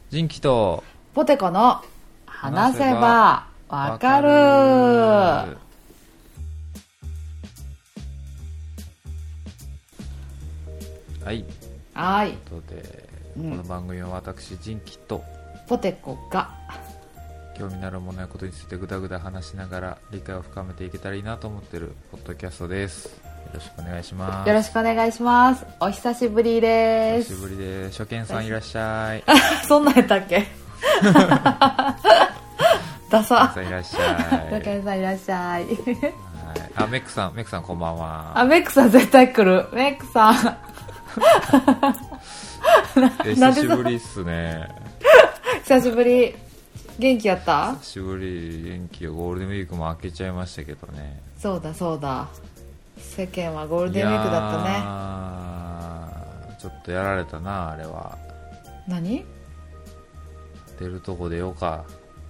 人気とポテコの話せばわかる。 はい。 はい。 ということで、この番組は私人気とポテコが興味のあるものやことについてぐだぐだ話しながら理解を深めていけたらいいなと思っているポッドキャストです。よろしくお願いします。 よろしくお願いします。お久しぶりです。 久しぶりです。初見さんいらっしゃい。 そんなんやったっけダサ。 初見さんいらっしゃい。 初見さんいらっしゃい。はい、 あ、メックさんこんばんは。 あ、メックさん絶対来る。メックさん久しぶりっすね。 久しぶり。元気やった？ 久しぶり。元気よ。ゴールデンウィークも明けちゃいましたけどね。 そうだそうだ、世間はゴールデンウィークだったね。ちょっとやられたな、あれは。 何？ 出るとこでよか。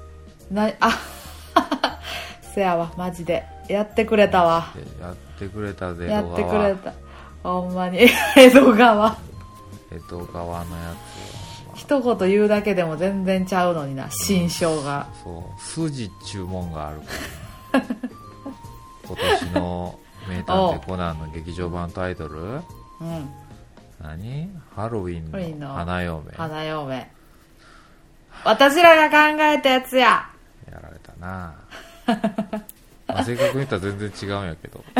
せやわ、マジでやってくれたわ。 やってくれたで、 やってくれた、ほんまに。江戸川のやつ一言言うだけでも全然ちゃうのにな、心象が。 そう筋注文があるから今年の名探偵コナンの劇場版タイトル、何？ハロウィンの花嫁。私らが考えたやつや。 やられたな。正確に言ったら全然違うんやけど。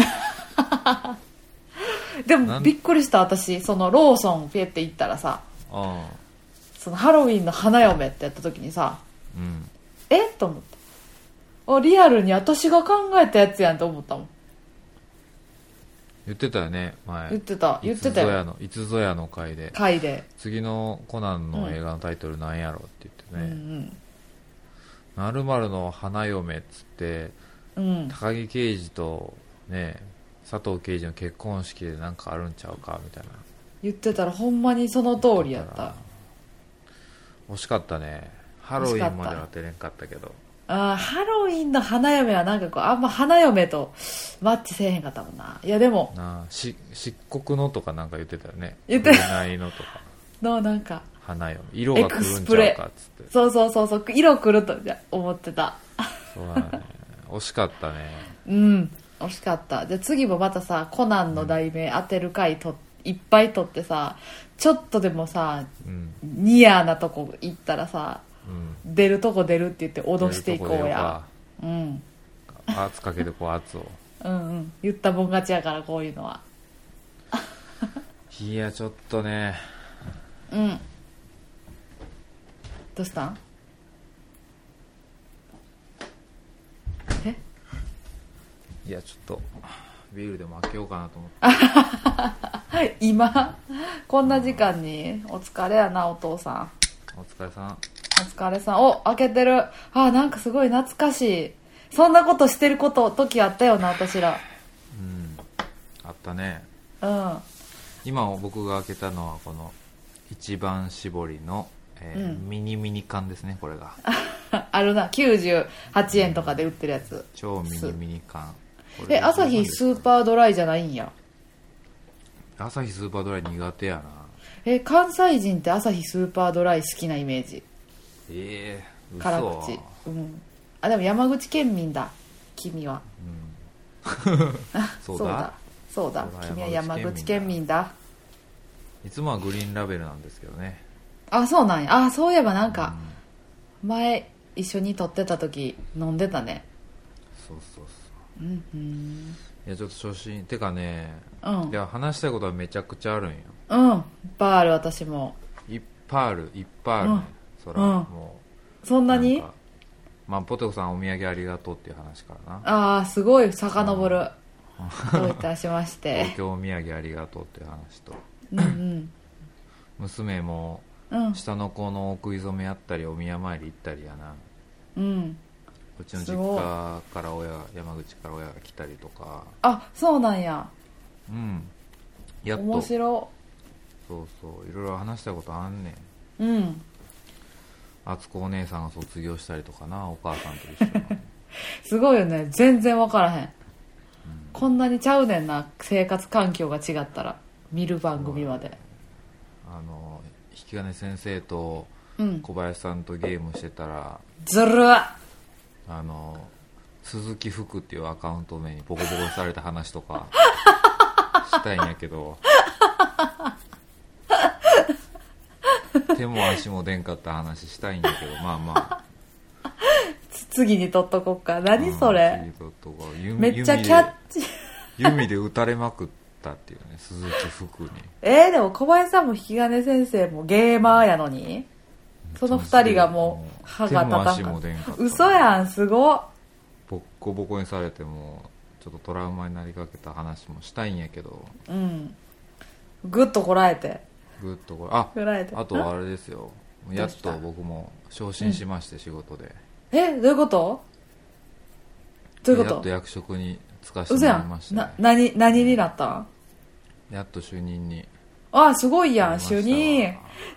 でもびっくりした。私そのローソンピエって行ったらさ、そのハロウィンの花嫁ってやった時にさ、と思って、リアルに私が考えたやつやんと思ったもん。 言ってたよね、前。 言ってたよ。 いつぞやの回で次のコナンの映画のタイトルなんやろって言ってね、〇〇の花嫁っつって、高木刑事とね佐藤刑事の結婚式でなんかあるんちゃうかみたいな言ってたら、ほんまにその通りやった。 惜しかったね。ハロウィンまでは出れんかったけど。 ハロウィンの花嫁はなんかこう、あんま花嫁とマッチせえへんかったもんな。いやでも漆黒のとかなんか言ってたよね。 言ってた。 紅のとかのなんか花嫁、色が来るんちゃうかっつって。 そう色来ると思ってた。 そうだね。惜しかったね。 惜しかった。じゃあ次もまたさ、コナンの題名当てる回いっぱい撮ってさ、ちょっとでもさ、ニアなとこ行ったらさ、出るとこ出るって言って脅していこうや。 圧かけてこう、圧を。 言ったもん勝ちやから、こういうのは。 いやちょっとね。 どうしたん？ いやちょっとビールでも開けようかなと思って今こんな時間に。お疲れやな、お父さん。 お疲れさん。 お疲れさん。開けてる。なんかすごい懐かしい。そんなことしてる時あったよな、私ら。 あったね。今僕が開けたのはこの一番搾りの、ミニ缶ですね、これが。 あるな、98円とかで売ってるやつ。 超ミニ缶。 アサヒスーパードライじゃないんや。 アサヒスーパードライ苦手やな。関西人ってアサヒスーパードライ好きなイメージ。 嘘。 辛口。でも山口県民だ、君は。そうだ、君は山口県民だ。 いつもはグリーンラベルなんですけどね。 そうなんや。そういえばなんか、前一緒に撮ってた時飲んでたね。 そう。いやちょっと初心てかね、いや話したいことはめちゃくちゃあるんよ。 いっぱいある。私もいっぱいあるね。そら、もうそんなに。 ポテコさんお土産ありがとうっていう話からな。 すごい遡る。どういたしまして東京お土産ありがとうっていう話と、娘も下の子のお食い初めやったりお宮参り行ったりやな。うちの実家から山口から親が来たりとか。 そうなんや。 やっと。 面白。 そういろいろ話したことあんねん。敦子お姉さんが卒業したりとかな、お母さんと一緒に。 すごいよね。全然分からへん。こんなにちゃうねんな、生活環境が違ったら。見る番組まで。 引き金先生と小林さんとゲームしてたらずる鈴木福っていうアカウント名にボコボコにされた話とかしたいんやけど手も足も出んかった話したいんやけど、まあまあ次に取っとこっか。何それ、 次取っとこめっちゃキャッチ弓で撃たれまくったっていうね、鈴木福に。 でも小林さんも引き金先生もゲーマーやのにその二人がもう歯が立たんか手も足も出んかった。 嘘やん、すごっ。 ボッコボコにされてもちょっとトラウマになりかけた話もしたいんやけど、 グッとこらえてグッとこれあとはあれですよ、やっと僕も昇進しまして、仕事で。 どういうことやっと役職に就かせてもらいました、 ね。何になったん？ やっと主任に。 すごいやん、主任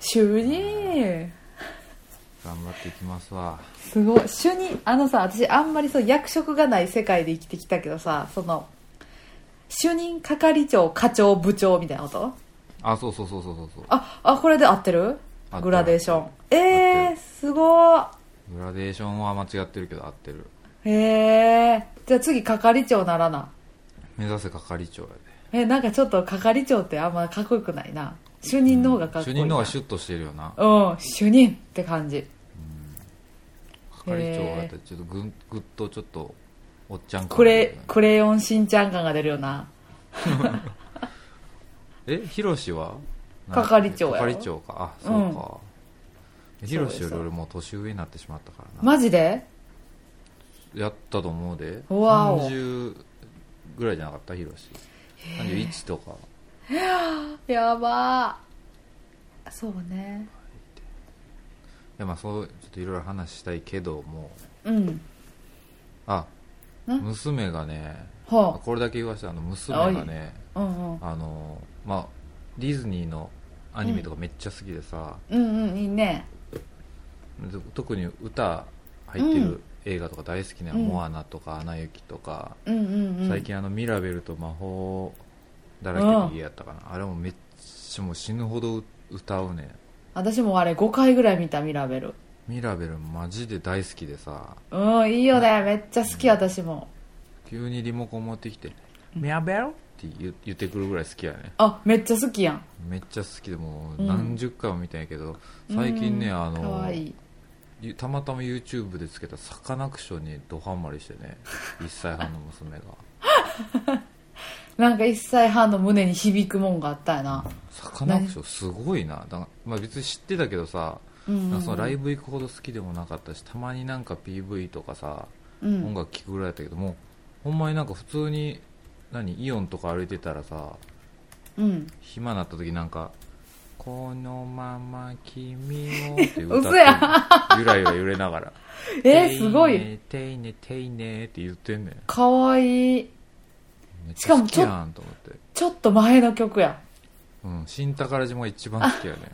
頑張っていきますわ。 すごい。主任、私あんまり役職がない世界で生きてきたけどさ、主任、係長、課長、部長みたいなこと？ そうそう。 これで合ってる？グラデーション。すごい。 グラデーションは間違ってるけど合ってる。 じゃあ次係長ならな。 目指せ係長やで。なんかちょっと係長ってあんまかっこよくないな。主任の方がかっこいいな。 主任の方がシュッとしてるよな。 主任って感じ。 係長だってちょっとぐっとちょっとおっちゃん感クレヨンしんちゃん感が出るよな。 ヒロシは係長やろ。 係長か。そうか。ヒロシより俺もう年上になってしまったからな。 マジで？ やったと思うで。 わお。 30ぐらいじゃなかったヒロシ。31とか。 やばー。そうね。 いや、そうちょっといろいろ話したいけども、娘がね、これだけ言わせて、娘がね、ディズニーのアニメとかめっちゃ好きでさ、 いいね。 特に歌入ってる映画とか大好きな、モアナとかアナ雪とか、最近ミラベルと魔法だらけの家やったかな、あれもめっちゃもう死ぬほど歌うね。 私もあれ5回ぐらい見た。ミラベルマジで大好きでさ、 いいよね、めっちゃ好き。私も急にリモコン持ってきてミラベルって言ってくるぐらい好きやね。 めっちゃ好きやん。 めっちゃ好きで、もう何十回も見たんやけど、最近ね、かわいい。たまたま YouTube でつけたサカナクションにドハマりしてね、1歳半の娘がなんか1歳半の胸に響くもんがあったやな。 サカナクションすごいな。別に知ってたけどさ、そのライブ行くほど好きでもなかったし、たまになんか PV とかさ、音楽聴くぐらいだったけど、もうほんまになんか普通にイオンとか歩いてたらさ、暇になった時なんかこのまま君をって歌ってゆらゆら揺れながらすごい。 ていねていねって言ってんねん。 かわいい。 しかもちょっと前の曲や。 新宝島が一番好きやね。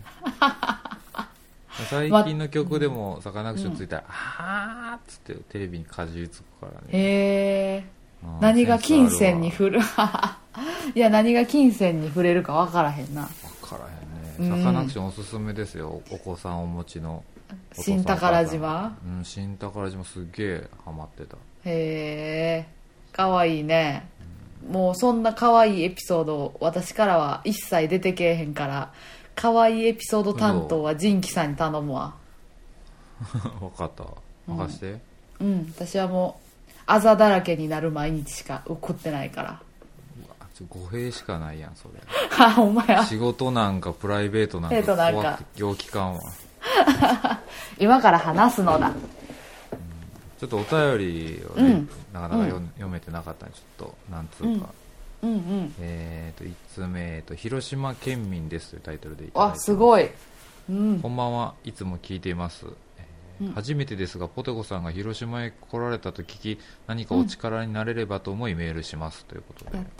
最近の曲でもサカナクションついたら、あーっつってテレビにかじりつくからね。 何が金銭に振るいや、何が金銭に触れるか分からへんな。 分からへんね。サカナクションおすすめですよ、お子さんお持ちの新宝島。 新宝島すっげえハマってた。 かわいいね。もうそんなかわいいエピソード私からは一切出てけえへんから、かわいいエピソード担当はジンキさんに頼むわ。 分かった、任して。 私はもうあざだらけになる毎日しか送ってないから。 語弊しかないやんそれ。 お前は仕事なんかプライベートなんか怖くて陽気感は今から話すのだ。 ちょっとお便りをね、なかなか読めてなかったんで、ちょっとなんつうか、1つ目、広島県民ですというタイトルでいただいてます。 すごい。 こんばんは、いつも聞いています。初めてですがポテコさんが広島へ来られたと聞き、何かお力になれればと思いメールしますということで、 やった。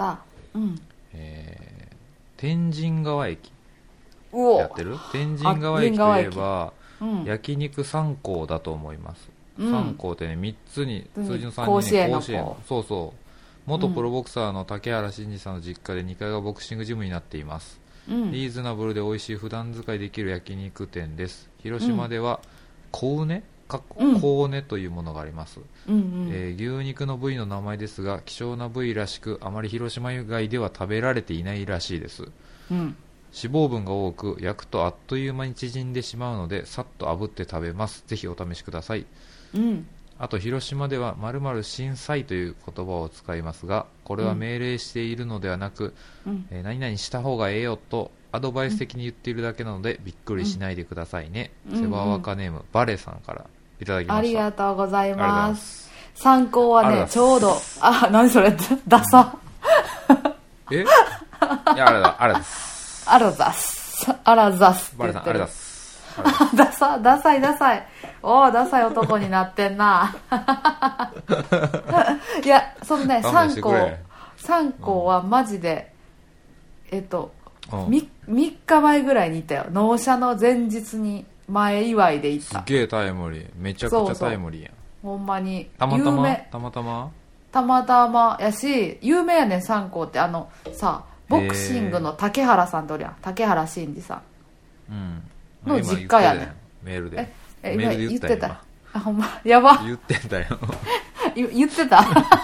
天神川駅やってる？天神川駅といえば焼肉三幸だと思います。3校ってね、3つに数字の3にね、甲子園。そうそう。元プロボクサーの竹原慎二さんの実家で2階がボクシングジムになっています。 リーズナブルで美味しい普段使いできる焼肉店です。広島ではコウネコウネというものがあります、牛肉の部位の名前ですが希少な部位らしくあまり広島以外では食べられていないらしいです、脂肪分が多く焼くとあっという間に縮んでしまうのでさっと炙って食べます。ぜひお試しください、あと広島では〇〇震災という言葉を使いますがこれは命令しているのではなく、何々した方がええよとアドバイス的に言っているだけなのでびっくりしないでくださいね、セバワカネームバレさんからいただきました。 ありがとうございます。参考はねちょうど何それダサいやあらですあらざすあらざすバレさんあらざすダサいおーダサい男になってんないやそのね3個はマジで3日前ぐらいに行ったよ。納車の前日に前祝いで行った。 すげえタイムリー、めちゃくちゃタイムリーやん。 ほんまにたまたまやし有名やねん3個って。さボクシングの竹原さんとおりやん、竹原慎二さんの実家やねん。 メールで言ってた。ほんまやば言ってたよ言ってた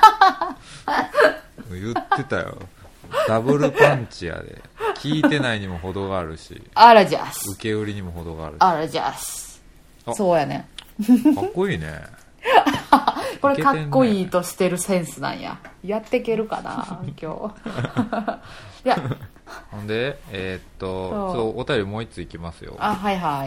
言ってたよ。ダブルパンチやで。聞いてないにも程があるし、 あらじゃす受け売りにも程があるし、 あらじゃすそうやねかっこいいねこれかっこいいとしてるセンスなんや。やっていけるかな今日いやほんでそうお便りもう一ついきますよ。 はいは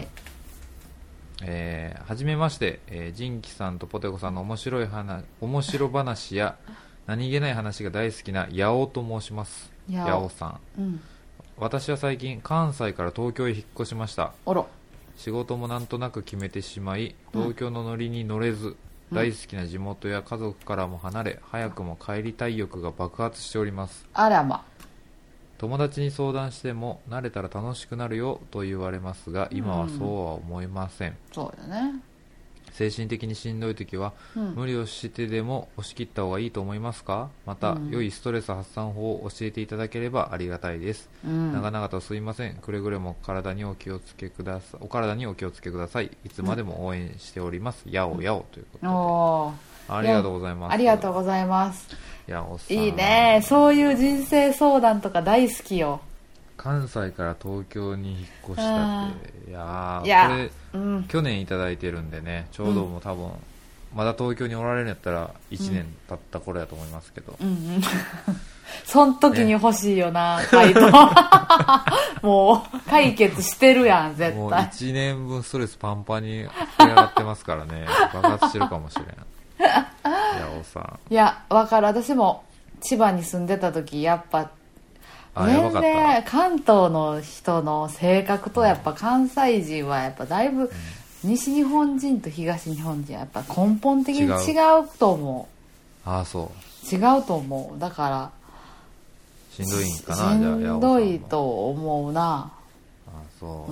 じめまして、ジンキさんとポテコさんの面白話や何気ない話が大好きなヤオと申します。ヤオさん、私は最近関西から東京へ引っ越しました。仕事もなんとなく決めてしまい東京のノリに乗れず、大好きな地元や家族からも離れ早くも帰りたい欲が爆発しております。 あらま。 友達に相談しても慣れたら楽しくなるよと言われますが今はそうは思いません、 そうだね。 精神的にしんどい時は、無理をしてでも押し切った方がいいと思いますか？また、良いストレス発散法を教えていただければありがたいです、長々とすいません。くれぐれもお体にお気をつけください。いつまでも応援しております、やおやおということで、ありがとうございます。 ありがとうございます。 やおさんいいね。そういう人生相談とか大好きよ。 関西から東京に引っ越したって、これ、去年いただいてるんでね、ちょうどもう多分、まだ東京におられるんやったら1年経った頃やと思いますけど、 そん時に欲しいよな、回答もう解決してるやん絶対。 もう1年分ストレスパンパンに膨れ上がってますからね爆発してるかもしれんやおさん。 いやわかる。私も千葉に住んでた時やっぱ全然関東の人の性格とやっぱ関西人はやっぱだいぶ西日本人と東日本人はやっぱ根本的に違うと思う。 そう違うと思う。だからしんどいんかな。じゃあしんどいと思うな。 そう、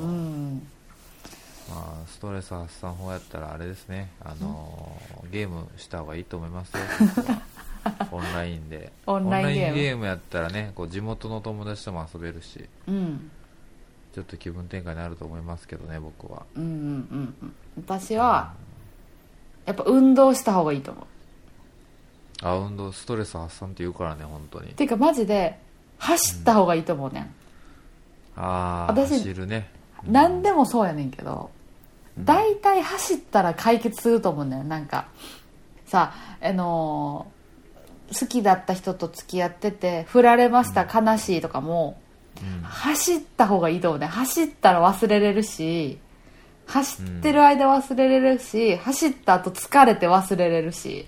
ストレス発散法やったらあれですね、ゲームした方がいいと思いますよオンラインでオンラインゲームやったらね、こう地元の友達とも遊べるし、ちょっと気分転換になると思いますけどね僕は。 私はやっぱ運動した方がいいと思う。 運動ストレス発散って言うからね本当に。 ていうかマジで走った方がいいと思うねん、私走るね、 何でもそうやねんけど、大体走ったら解決すると思うねん。なんかさ好きだった人と付き合ってて振られました、悲しいとかも、走った方がいいと思うね。走ったら忘れれるし、走ってる間忘れれるし、走った後疲れて忘れれるし、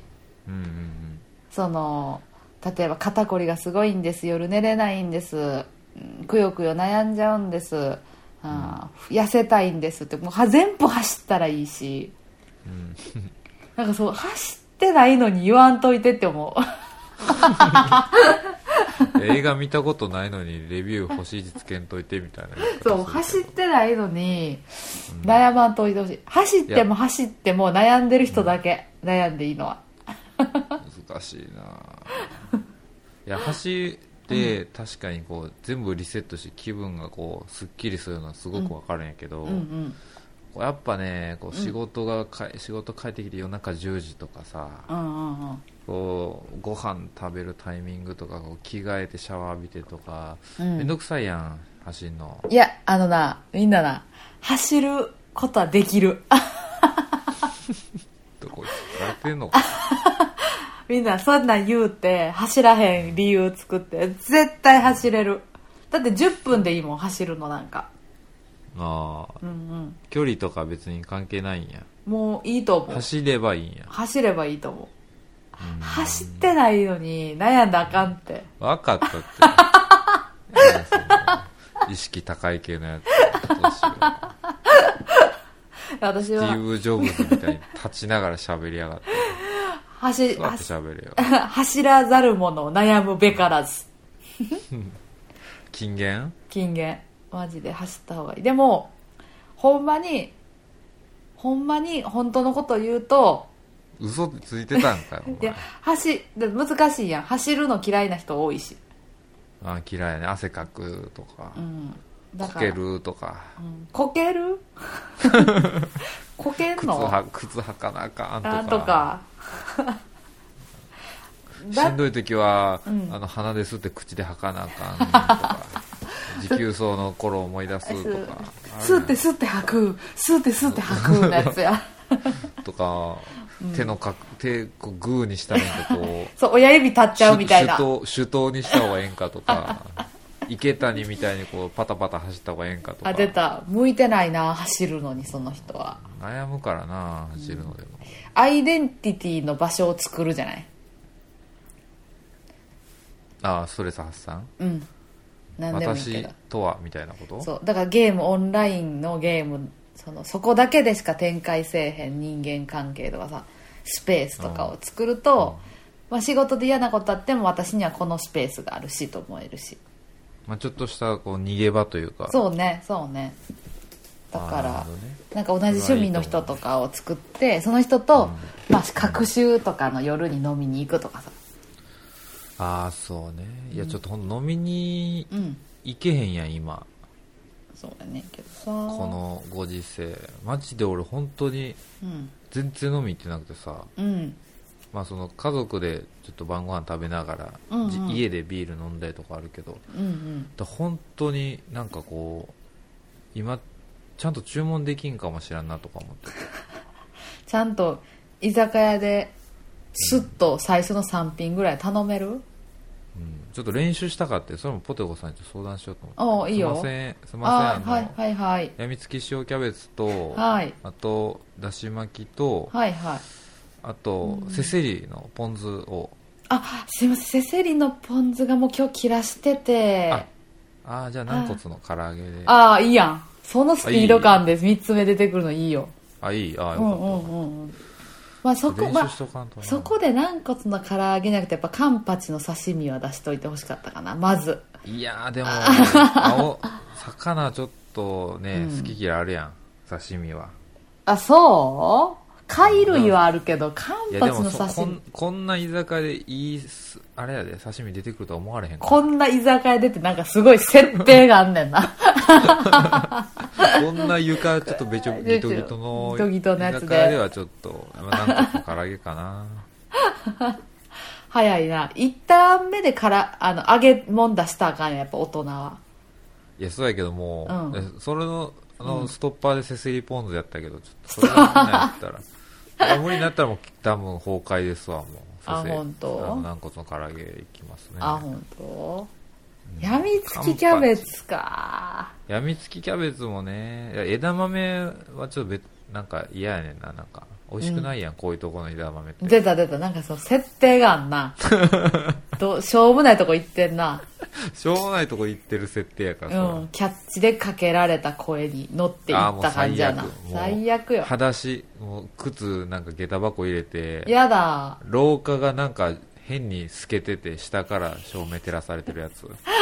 例えば肩こりがすごいんです、夜寝れないんです、くよくよ悩んじゃうんです、痩せたいんですって、もう全部走ったらいいし、なんかそう走ってないのに言わんといてって思う映画見たことないのにレビュー星5つけんといてみたいな。 そう走ってないのに悩まんといてほしい。走っても走っても悩んでる人だけ、悩んでいいのは難しいないや走で、確かにこう全部リセットして気分がこうすっきりするのはすごくわかるんやけど、やっぱねこう仕事帰ってきて夜中10時とかさ、こうご飯食べるタイミングとかこう着替えてシャワー浴びてとか、めんどくさいやん走んの。 いやみんなな走ることはできるどこ疲れてんのかみんなそんなん言うて走らへん理由作って絶対走れる。だって10分でいいもん走るのなんか。 距離とか別に関係ないんや。 もういいと思う。 走ればいいんや。 走ればいいと思う。走ってないのに悩んだらあかんって。 分かったって意識高い系のやつどうしよう。 私はスティーブ・ジョブズみたいに立ちながら喋りやがって座って喋れよ走らざる者悩むべからず金言マジで走った方がいい。でもほんまに本当のこと言うと嘘ついてたんかよいや難しいやん。走るの嫌いな人多いし。 嫌いやね。汗かくとか、 だからこけるとか、 こけるこけんの靴履かなあかんとかしんどい時は、鼻で吸って口で吐かなあかんとか持久走の頃思い出すとか吸って吐くのやつやとか、手こうグーにしたらこうそう親指立っちゃうみたいな手刀にした方がええんかとか池谷みたいにこうパタパタ走った方がええんかとか。 出た。向いてないな走るのに。その人は悩むからな走るのでも、 アイデンティティの場所を作るじゃない。 ストレス発散。 何でもいいけど私とはみたいなこと。 そうだからオンラインのゲームそこだけでしか展開せえへん人間関係とかさスペースとかを作ると、仕事で嫌なことあっても私にはこのスペースがあるしと思えるし、 ちょっとしたこう逃げ場というか。 そうねだから、なんか同じ趣味の人とかを作ってその人と、隔週とかの夜に飲みに行くとかさ。 そうね。いやちょっとほんと飲みに行けへんやん今。 そうだねけどさ、 このご時世マジで俺本当に全然飲み行ってなくてさ、その家族でちょっと晩ご飯食べながら、家でビール飲んだりとかあるけど、本当になんかこう今ちゃんと注文できんかもしらんなとか思ってちゃんと居酒屋でスッと最初の3品ぐらい頼める？ ちょっと練習したかって、それもポテコさんに相談しようと思って。 いいよ。 すいませんはいやみつき塩キャベツと、 はい、 あとだし巻きと、あとせせりのポン酢を。 すいません、せせりのポン酢がもう今日切らしてて。 じゃあ軟骨の唐揚げで。 いいやん。そのスピード感で3つ目出てくるのいいよ。 いい。よかった。 そこで軟骨の唐揚げじゃなくてやっぱカンパチの刺身は出しといてほしかったかなまず。 いやでも魚ちょっとね、好き嫌いあるやん刺身は。そう貝類はあるけど、カンパチの刺身。 こんな居酒屋でいいあれやで刺身出てくるとは思われへんから。 こんな居酒屋でってなんかすごい設定があんねんなこんな床ちょっとギトギトの居酒屋ではちょっと軟骨の唐揚げかな早いな。一旦目で揚げもん出したらあかんやっぱ大人は。 いやそうやけども、それのストッパーでせせりポン酢やったけど、ちょっとそれが無理になったら無理になったらもう多分崩壊ですわ。もう本当？ 軟骨の唐揚げいきますね。 本当？やみつきキャベツか。 やみつきキャベツもね、枝豆はちょっとなんか嫌やねんな。なんか美味しくないやん、こういうとこの枝豆って。 出たなんか設定があんなしょうもないとこ行ってんなしょうもないとこ行ってる設定やからさ、 キャッチでかけられた声に乗っていった感じやな。最悪よ。 裸足もう靴なんか下駄箱入れて、 やだ。 廊下がなんか変に透けてて下から照明照らされてるやつ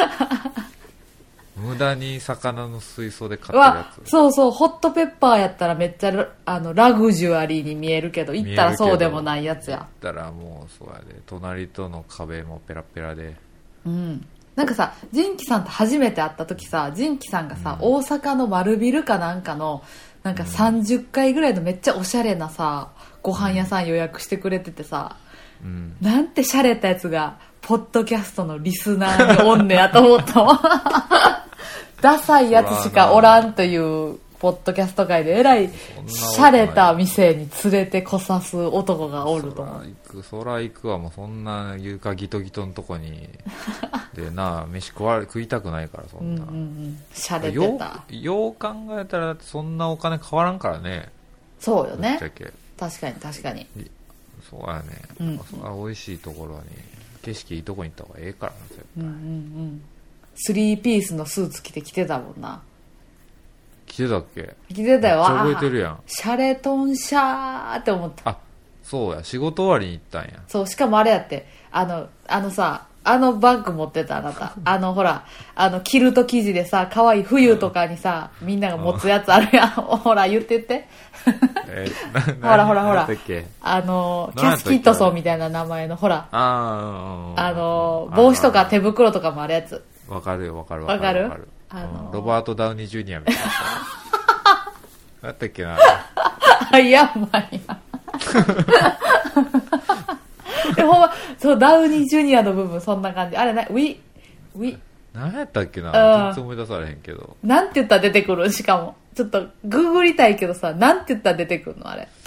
無駄に魚の水槽で買ってるやつ。そうホットペッパーやったらめっちゃラグジュアリーに見えるけど行ったらそうでもないやつや。 行ったらもうそうやで、隣との壁もペラペラで、 なんかさ、ジンキさんと初めて会った時さ、ジンキさんがさ、大阪の丸ビルかなんかのなんか30階ぐらいのめっちゃおしゃれなさご飯屋さん予約してくれててさ、なんてしゃれたやつがポッドキャストのリスナーにおんねやと思ったわダサいやつしかおらんというポッドキャスト界でえらいしゃれた店に連れてこさす男がおると思う。 そら行くわ。もうそんな床ギトギトのとこにでな、飯食いたくないから。そんなしゃれてた。 よう考えたらだってそんなお金変わらんからね。 そうよね、確かに確かに。 そうやね、そら美味しいところに景色いいとこに行った方がええからな、絶対。 3ピースのスーツ着てきてたもんな。 着てたっけ？ 着てたよ。 めっちゃ覚えてるやん。 シャレトンシャーって思った。 あ、そうや、仕事終わりに行ったんや。 そう、しかもあれやって、あのさ、あのバッグ持ってたあなた。ほら、キルト生地でさ、可愛い冬とかにさ、みんなが持つやつあるやん。ほら、言ってって。ほらほらほら。キャスキットソンみたいな名前の、ほら。帽子とか手袋とかもあるやつ。 わかるよ、わかる。ロバート・ダウニー・ジュニアみたいな。何やったっけな。 いや、まあいや。ほんま、そう、ダウニー・ジュニアの部分、そんな感じ。あれね、ウィ。 何やったっけな。全然思い出されへんけど。 なんて言ったら出てくる？しかも。ちょっと、ググりたいけどさ、なんて言ったら出てくるのあれ。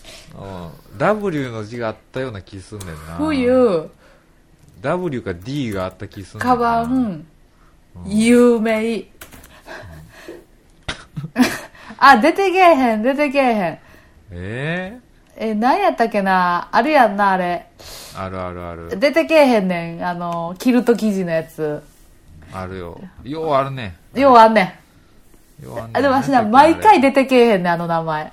W の字があったような気すんねんな。 冬。 W か D があった気すんねんな。 カバン。有名。あ、出てけえへん。何やったっけな。あるやんな、あれ。 ある。 出てけえへんねん。キルト生地のやつ。 あるよ。ようあるね。 ようあんねん。でも私な、毎回出てけえへんねん、あの名前。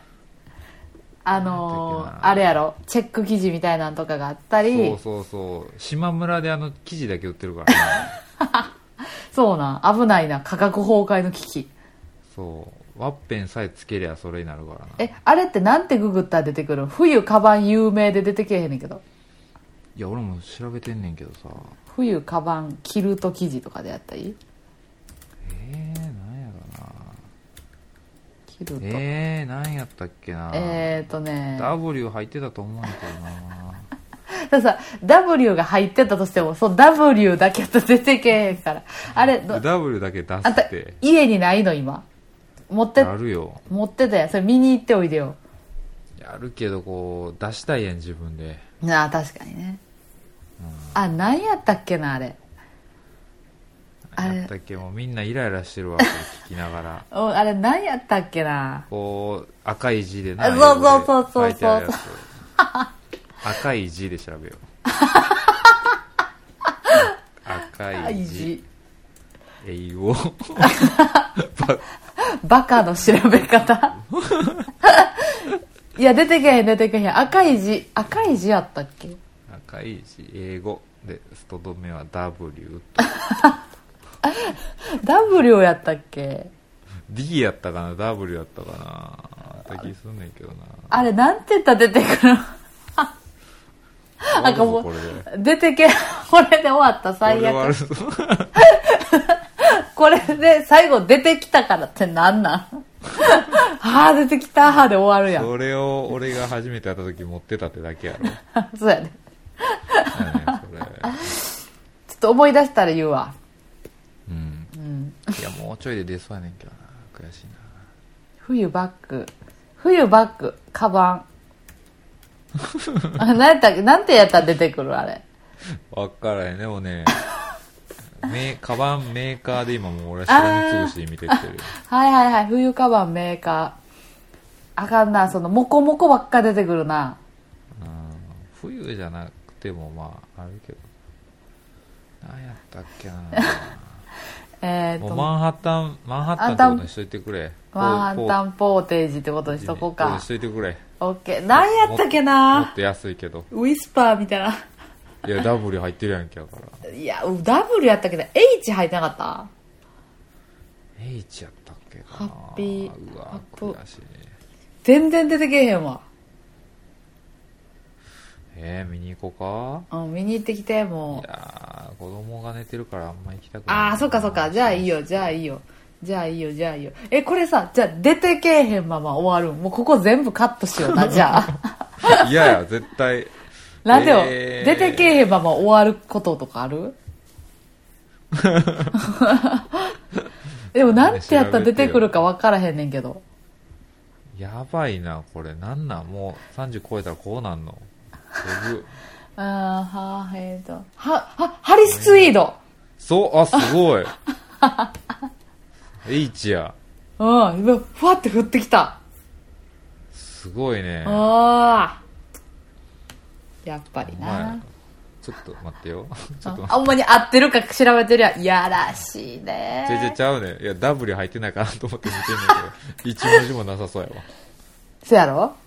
あれやろ。チェック生地みたいなんとかがあったり。 そう。島村で生地だけ売ってるからね。 そうな、危ないな、価格崩壊の危機。 そう、ワッペンさえつけりゃそれになるからな。 あれってなんてググったら出てくる？冬カバン有名で出てけえへんねんけど。 いや、俺も調べてんねんけどさ。 冬カバンキルト生地とかでやったり？ なんやろな。 キルト。 なんやったっけな。W 入ってたと思うんだけどな。 さ W が入ってたとしても、そう W だけと出てけへんから。あれ W だけ出すって。家にないの今。 あるよ。 持ってたやん。それ見に行っておいでよ。 やるけどこう出したいやん、自分で。 ああ、確かにね。何やったっけな、あれ。 何やったっけ、もうみんなイライラしてるわ、これ聞きながら。 あれ何やったっけな。 こう赤い字でな。そう。 赤い字で調べよう。赤い字。英語。 バカの調べ方。いや、出てけへん。赤い字やったっけ？ 赤い字、英語。で、とどめは W と。 W やったっけ？ D やったかな、W やったかな。あった気すんねんけどな。 あれ、なんて言ったら出てくるの？なんかもう、出てけ、これで終わった、最悪。これで最後出てきたからってなんなん出てきたで終わるやん。 それを俺が初めて会った時持ってたってだけやろ。 そうやね。ちょっと思い出したら言うわ。 いや、もうちょいで出そうやねんけどな。悔しいな。 冬バッグ、カバン。なんてやったら出てくるあれ。 わからへん。でもね、カバンメーカーで今もう俺はしらみつぶしで見てってる。 はい。冬カバンメーカー。あかんな、そのモコモコばっか出てくるな。 冬じゃなくてもまあ、あるけど。何やったっけな。もうマンハッタンってことにしといてくれ。 マンハッタンポーテージってことにしとこうか。 しといてくれ。 オッケー。何やったっけな。 もっと安いけど。 ウィスパーみたいな。 いや、W 入ってるやんけやから。 いや、W やったけど H 入ってなかった？ H やったっけかな。 ハッピー。 うわ、悔しいね。 全然出てけへんわ。 見に行こうか。見に行ってきて。もういや子供が寝てるからあんま行きたくない。そっかそっか。じゃあいいよ。これさ、じゃあ出てけえへんまま終わるん？もうここ全部カットしような。じゃあいや絶対なんでよ、出てけえへんまま終わることとかある？でもなんてやったら出てくるか分からへんねんけど。 やばいなこれ。なんなんもう30超えたらこうなんの。 ハリスツイード。 そうすごいH や。 今ふわって降ってきた。 すごいね。 やっぱりな。 ちょっと待ってよ。 ほんまに合ってるか調べてるやん。やらしいね。 ちゃうね。いや W 入ってないかなと思って見てんねんけど一文字もなさそうやわ。 そやろ。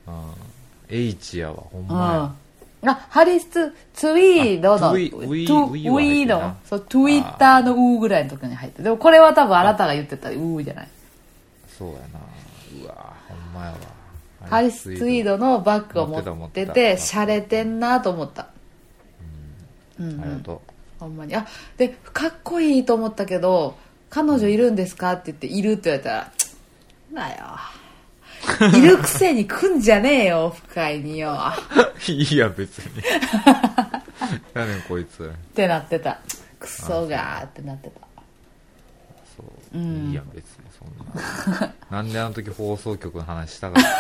H やわほんまや。ハリスツイードのトゥイード、そう、トゥイッターのウーぐらいのところに入って。でもこれは多分あなたが言ってたウーじゃない。 そうやな。うわほんまやわ。 ハリスツイードのバッグを持っててシャレてんなと思った。 ありがとう。 ほんまに。でかっこいいと思ったけど、彼女いるんですかって言って、いるって言われたら、なよいるくせに来んじゃねえよオフ会によ。 いいや別にやねんこいつってなってた。クソがーってなってた。 そう、いいや別にそんななんであの時放送局の話したか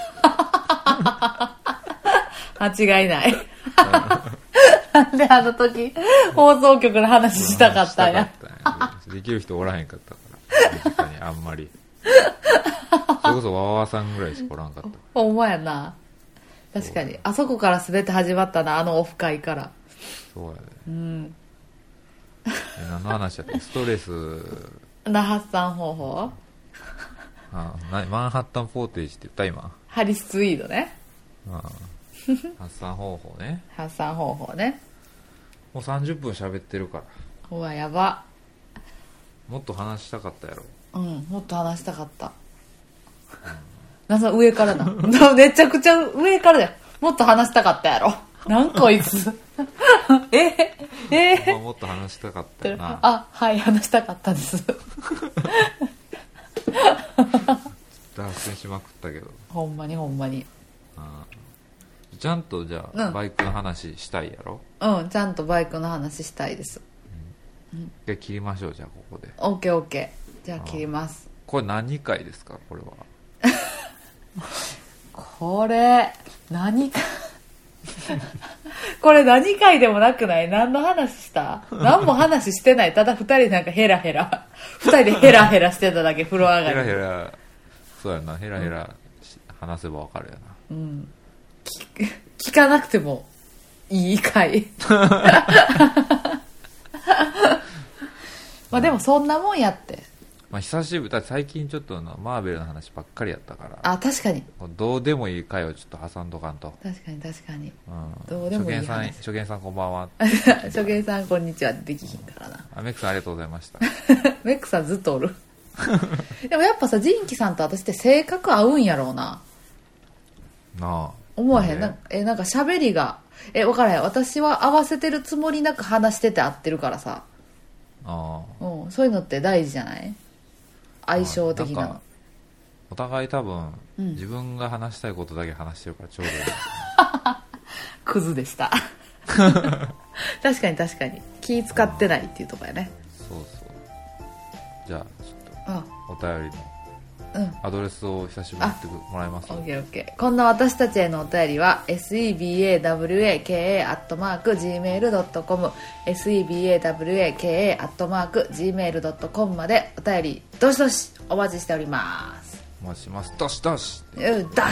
った間違いないなんであの時放送局の話したかったんや。 できる人おらへんかったから確かにあんまりそれこそわわさんぐらいしかおらんかった。 ほんまやな。確かにあそこから全て始まったな、あのオフ会から。 そうやね。何の話やった？ストレスな発散方法。 マンハッタンポーテージって言った今。 ハリスツイードね。 発散方法ね。 発散方法ね。 もう30分喋ってるから。 うわやば。 もっと話したかったやろ。 もっと話したかった。なんか上からなめちゃくちゃ上からだよ。もっと話したかったやろ。なんこいつもっと話したかったよな。 はい話したかったです脱線しまくったけど。 ほんまにちゃんとじゃあ、バイクの話したいやろ。 ちゃんとバイクの話したいです。 で切りましょう。じゃあここで。 オッケー。じゃあ切ります。 これ何回ですかこれは。 これ何回これ何回でもなくない？何の話した？何も話してない。ただ二人なんかヘラヘラ二人でヘラヘラしてただけ。風呂上がりヘラヘラ。そうやな。ヘラヘラ話せばわかるやな。 聞かなくてもいい回まあでもそんなもんやって。 久しぶりだって最近ちょっとマーベルの話ばっかりやったから。 確かにどうでもいい回をちょっと挟んどかんと。 確かに、どうでもいい話。 初見さんこんばんは初見さんこんにちはできひんからな。 メックさんありがとうございましたメックさんずっとおるでもやっぱさ、ジンキさんと私って性格合うんやろうな思わへん？なんか喋りが分からへん。私は合わせてるつもりなく話してて合ってるからさ。そういうのって大事じゃない？相性的なの。 お互い多分、自分が話したいことだけ話してるからちょうどいいクズでした確かに気使ってないっていうところやね。 そうじゃあちょっとお便りのアドレスを久しぶりに言ってもらえますか？ オッケー。こんな私たちへのお便りは sebawaka@gmail.com sebawaka@gmail.com までお便りどしどしお待ちしております。 お待ちします。どしどし、 どしどし。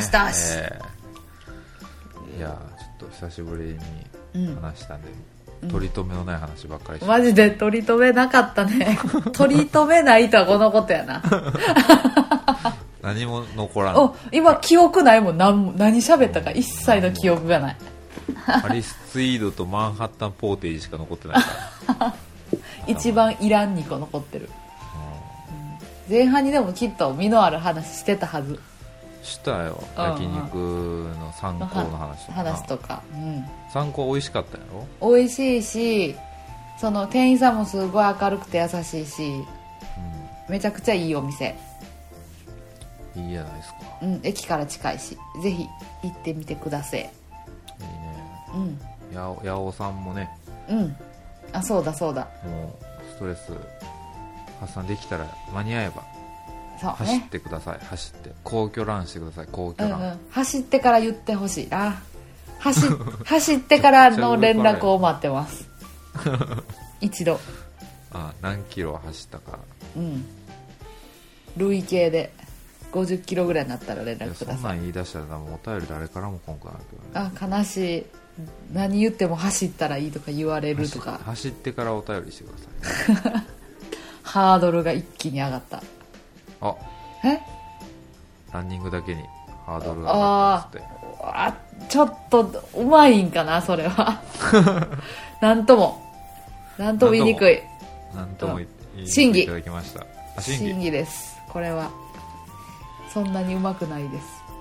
いやちょっと久しぶりに話したんで、取り留めのない話ばっかりして、 マジで取り留めなかったね取り留めないとはこのことやな何も残らない。 今記憶ないもん。何喋ったか一切の記憶がないハリスツイードとマンハッタンポーテージしか残ってないから一番いらん2個残ってる。前半にでもきっと身のある話してたはず。 したよ、焼肉の参考の話とか、 参考美味しかったやろ。美味しいし、その店員さんもすごい明るくて優しいし、めちゃくちゃいいお店。 いいじゃないですか。 駅から近いし、ぜひ行ってみてください。いいね。八尾さんもね。 あ、そうだそうだ。 もうストレス発散できたら間に合えば、そうね、走ってください。走って皇居ランしてください。皇居ラン、 走ってから言ってほしいな。走ってからの連絡を待ってます一度。 何キロ走ったか。 累計で50キロぐらいになったら連絡ください。 そんなん言い出したらもうお便り誰からも来んくなるけどね。悲しい。何言っても走ったらいいとか言われるとか。 走ってからお便りしてください、ね、 ハードルが一気に上がった。 ランニングだけにハードルが上がったっつって。 ちょっとうまいんかなそれはなんとも言いにくい。 なんとも言いにくいいただきました。 審議です。これはそんなにうまくないです、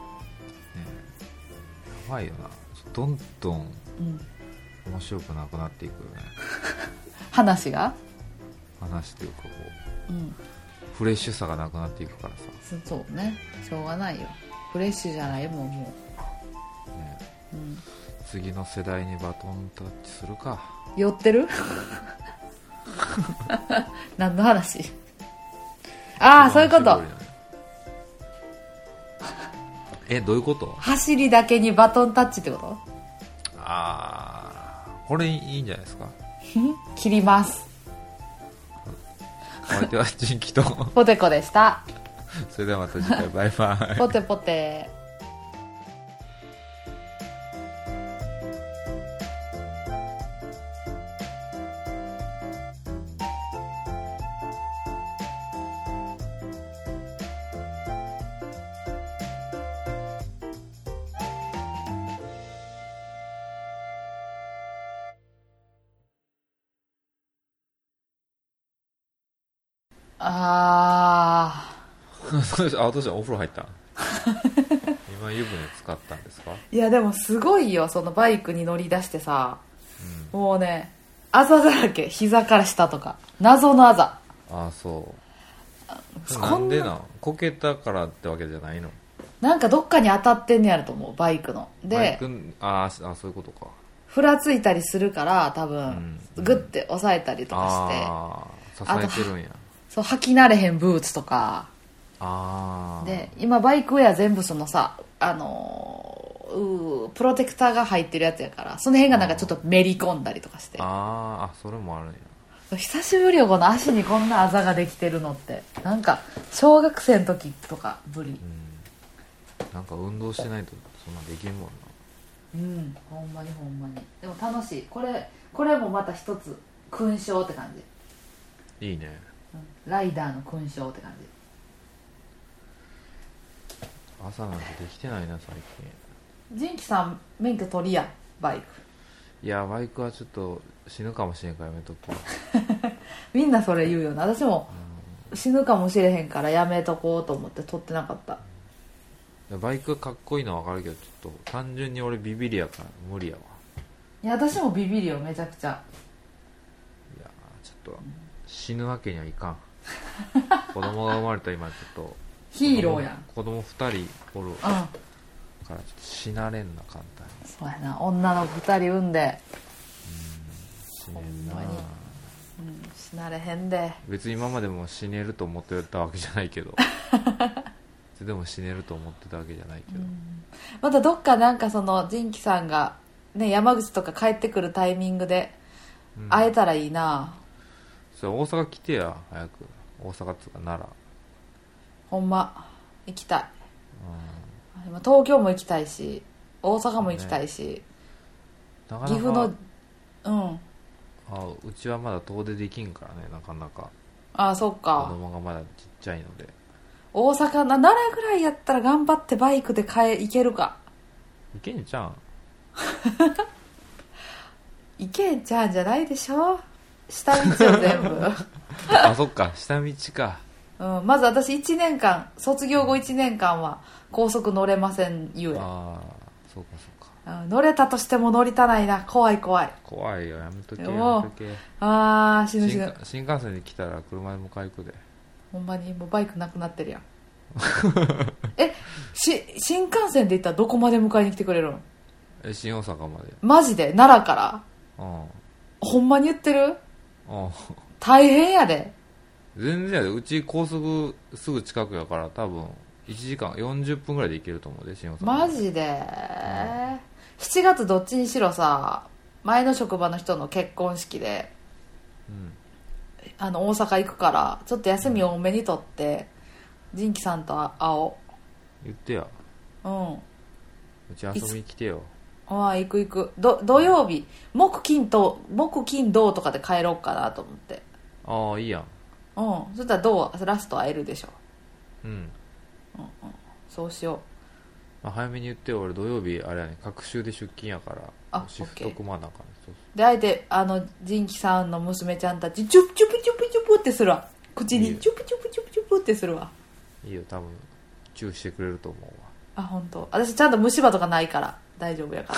やばいよな。どんどん面白くなくなっていくよね話っていうかこう、フレッシュさがなくなっていくからさ。 そうね、しょうがないよ。フレッシュじゃないもんもう、 次の世代にバトンタッチするか。 酔ってる何の話。そういうこと。 どういうこと。 走りだけにバトンタッチってこと。 これいいんじゃないですか切ります。 お相手はジンキとポテコでした。 それではまた次回バイバイポテポテ。 どうしたお風呂入った今湯船使ったんですか。 いやでもすごいよ、そのバイクに乗り出してさ、もうね、あざだらけ。膝から下とか謎のあざ。 そうなんでこけたからってわけじゃないの。 なんかどっかに当たってんねやると思う、バイクの。でそういうことか。 ふらついたりするから多分、グッて押さえたりとかして支えてるんや。 そう履き慣れへんブーツとかで、今バイクウェア全部そのさ、プロテクターが入ってるやつやから、その辺がなんかちょっとめり込んだりとかして。 それもあるんや。 久しぶりよ、この足にこんなあざができてるのって。なんか小学生の時とかぶり。 なんか運動しないとそんなできんもんな。 ほんまにでも楽しい。これもまた一つ勲章って感じ。いいね、 ライダーの勲章って感じ。 朝なんてできてないな最近。ジンキさん免許取りや、バイク。 いやバイクはちょっと死ぬかもしれんからやめとくわみんなそれ言うよな。私も死ぬかもしれへんからやめとこうと思って取ってなかった。 バイクかっこいいのは分かるけど、ちょっと単純に俺ビビりやから無理やわ。 いや私もビビりよ、めちゃくちゃ。 いやちょっと死ぬわけにはいかん子供が生まれた今ちょっとヒーローやん。 子供2人おるからちょっと死なれんな簡単に。 そうやな、女の子2人産んで死ねんな。 死なれへんで。 別に今までも死ねると思ってたわけじゃないけどでも死ねると思ってたわけじゃないけど、 またどっかなんかそのジンキさんがね、山口とか帰ってくるタイミングで会えたらいいな。 それ大阪来てや早く。大阪っつうか奈良。 ほんま行きたい。今東京も行きたいし大阪も行きたいし、なかなか岐阜のうちはまだ遠出できんからね、なかなか。 そっか。 子供がまだちっちゃいので。 大阪奈良ぐらいやったら頑張ってバイクで行けるか。 行けんちゃうん行けんちゃうんじゃないでしょ、下道を全部そっか下道か。 まず私1年間卒業後1年間は高速乗れませんゆえ。 ああ、そうかそうか。 乗れたとしても乗りたないな。怖い怖い。 怖いよ、やめとけやめとけ。 ああ、死ぬ死ぬ。 新幹線で来たら車で迎え行くで。 ほんまにもうバイクなくなってるやん。新幹線で行ったらどこまで迎えに来てくれるの？ 新大阪まで。 マジで？奈良から？ほんまに言ってる？大変やで。 全然やで。うち高速すぐ近くやから多分1時間40分ぐらいで行けると思うで、新大阪。 マジで、7月どっちにしろさ、前の職場の人の結婚式で、大阪行くからちょっと休み多めにとって仁紀さんと会おう。 言ってや。うち遊びに来てよ。 行く行く。土曜日木金土とかで帰ろうかなと思って。 ああ、いいやん。 そしたらラスト会えるでしょ。そうしよう。早めに言ってよ。俺土曜日あれやね、隔週で出勤やからシフト組まなあかん。 で、あえて仁紀さんの娘ちゃんたちチュプチュプチュプチュプってするわ。口にチュプチュプチュプチュプってするわ。いいよ、多分チューしてくれると思うわ。本当。私ちゃんと虫歯とかないから大丈夫やから。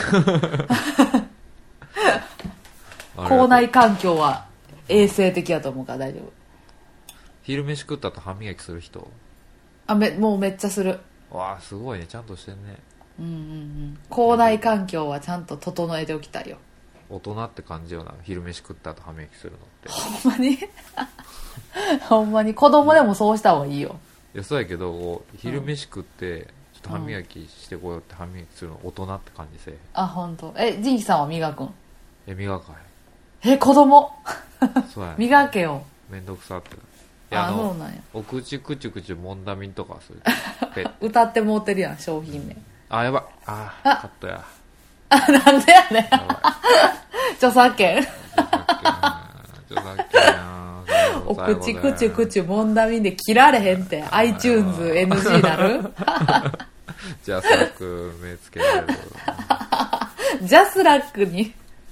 校内環境は衛生的やと思うから大丈夫。 昼飯食った後歯磨きする人？ もうめっちゃする。 わあ、すごいね、ちゃんとしてんね。 校内環境はちゃんと整えておきたいよ。 大人って感じよな、昼飯食った後歯磨きするのって。 ほんまにほんまに子供でもそうした方がいいよ。 いや、そうやけど昼飯食ってちょっと歯磨きしてこようって歯磨きするの大人って感じせえ。 本当。仁紀さんは磨くん？ 磨かへん。 子供そうやね。 磨けよ。 めんどくさって。 そうなんや。 お口くちゅくちゅもんだみんとかそういう歌ってもうてるやん、商品名。 やばい。カットや。 なんでやねん。著作権。 著作権や。 お口くちゅくちゅもんだみんで切られへんって。iTunes NG なる？ ジャスラック目つけられる。 ジャスラックに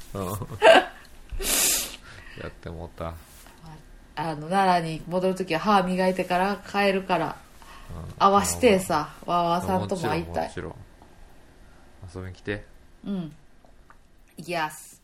やってもうた。 奈良に戻るときは歯磨いてから帰るから、合わしてさ、わわさんとも会いたい。 もちろん遊びに来て。 行きやす。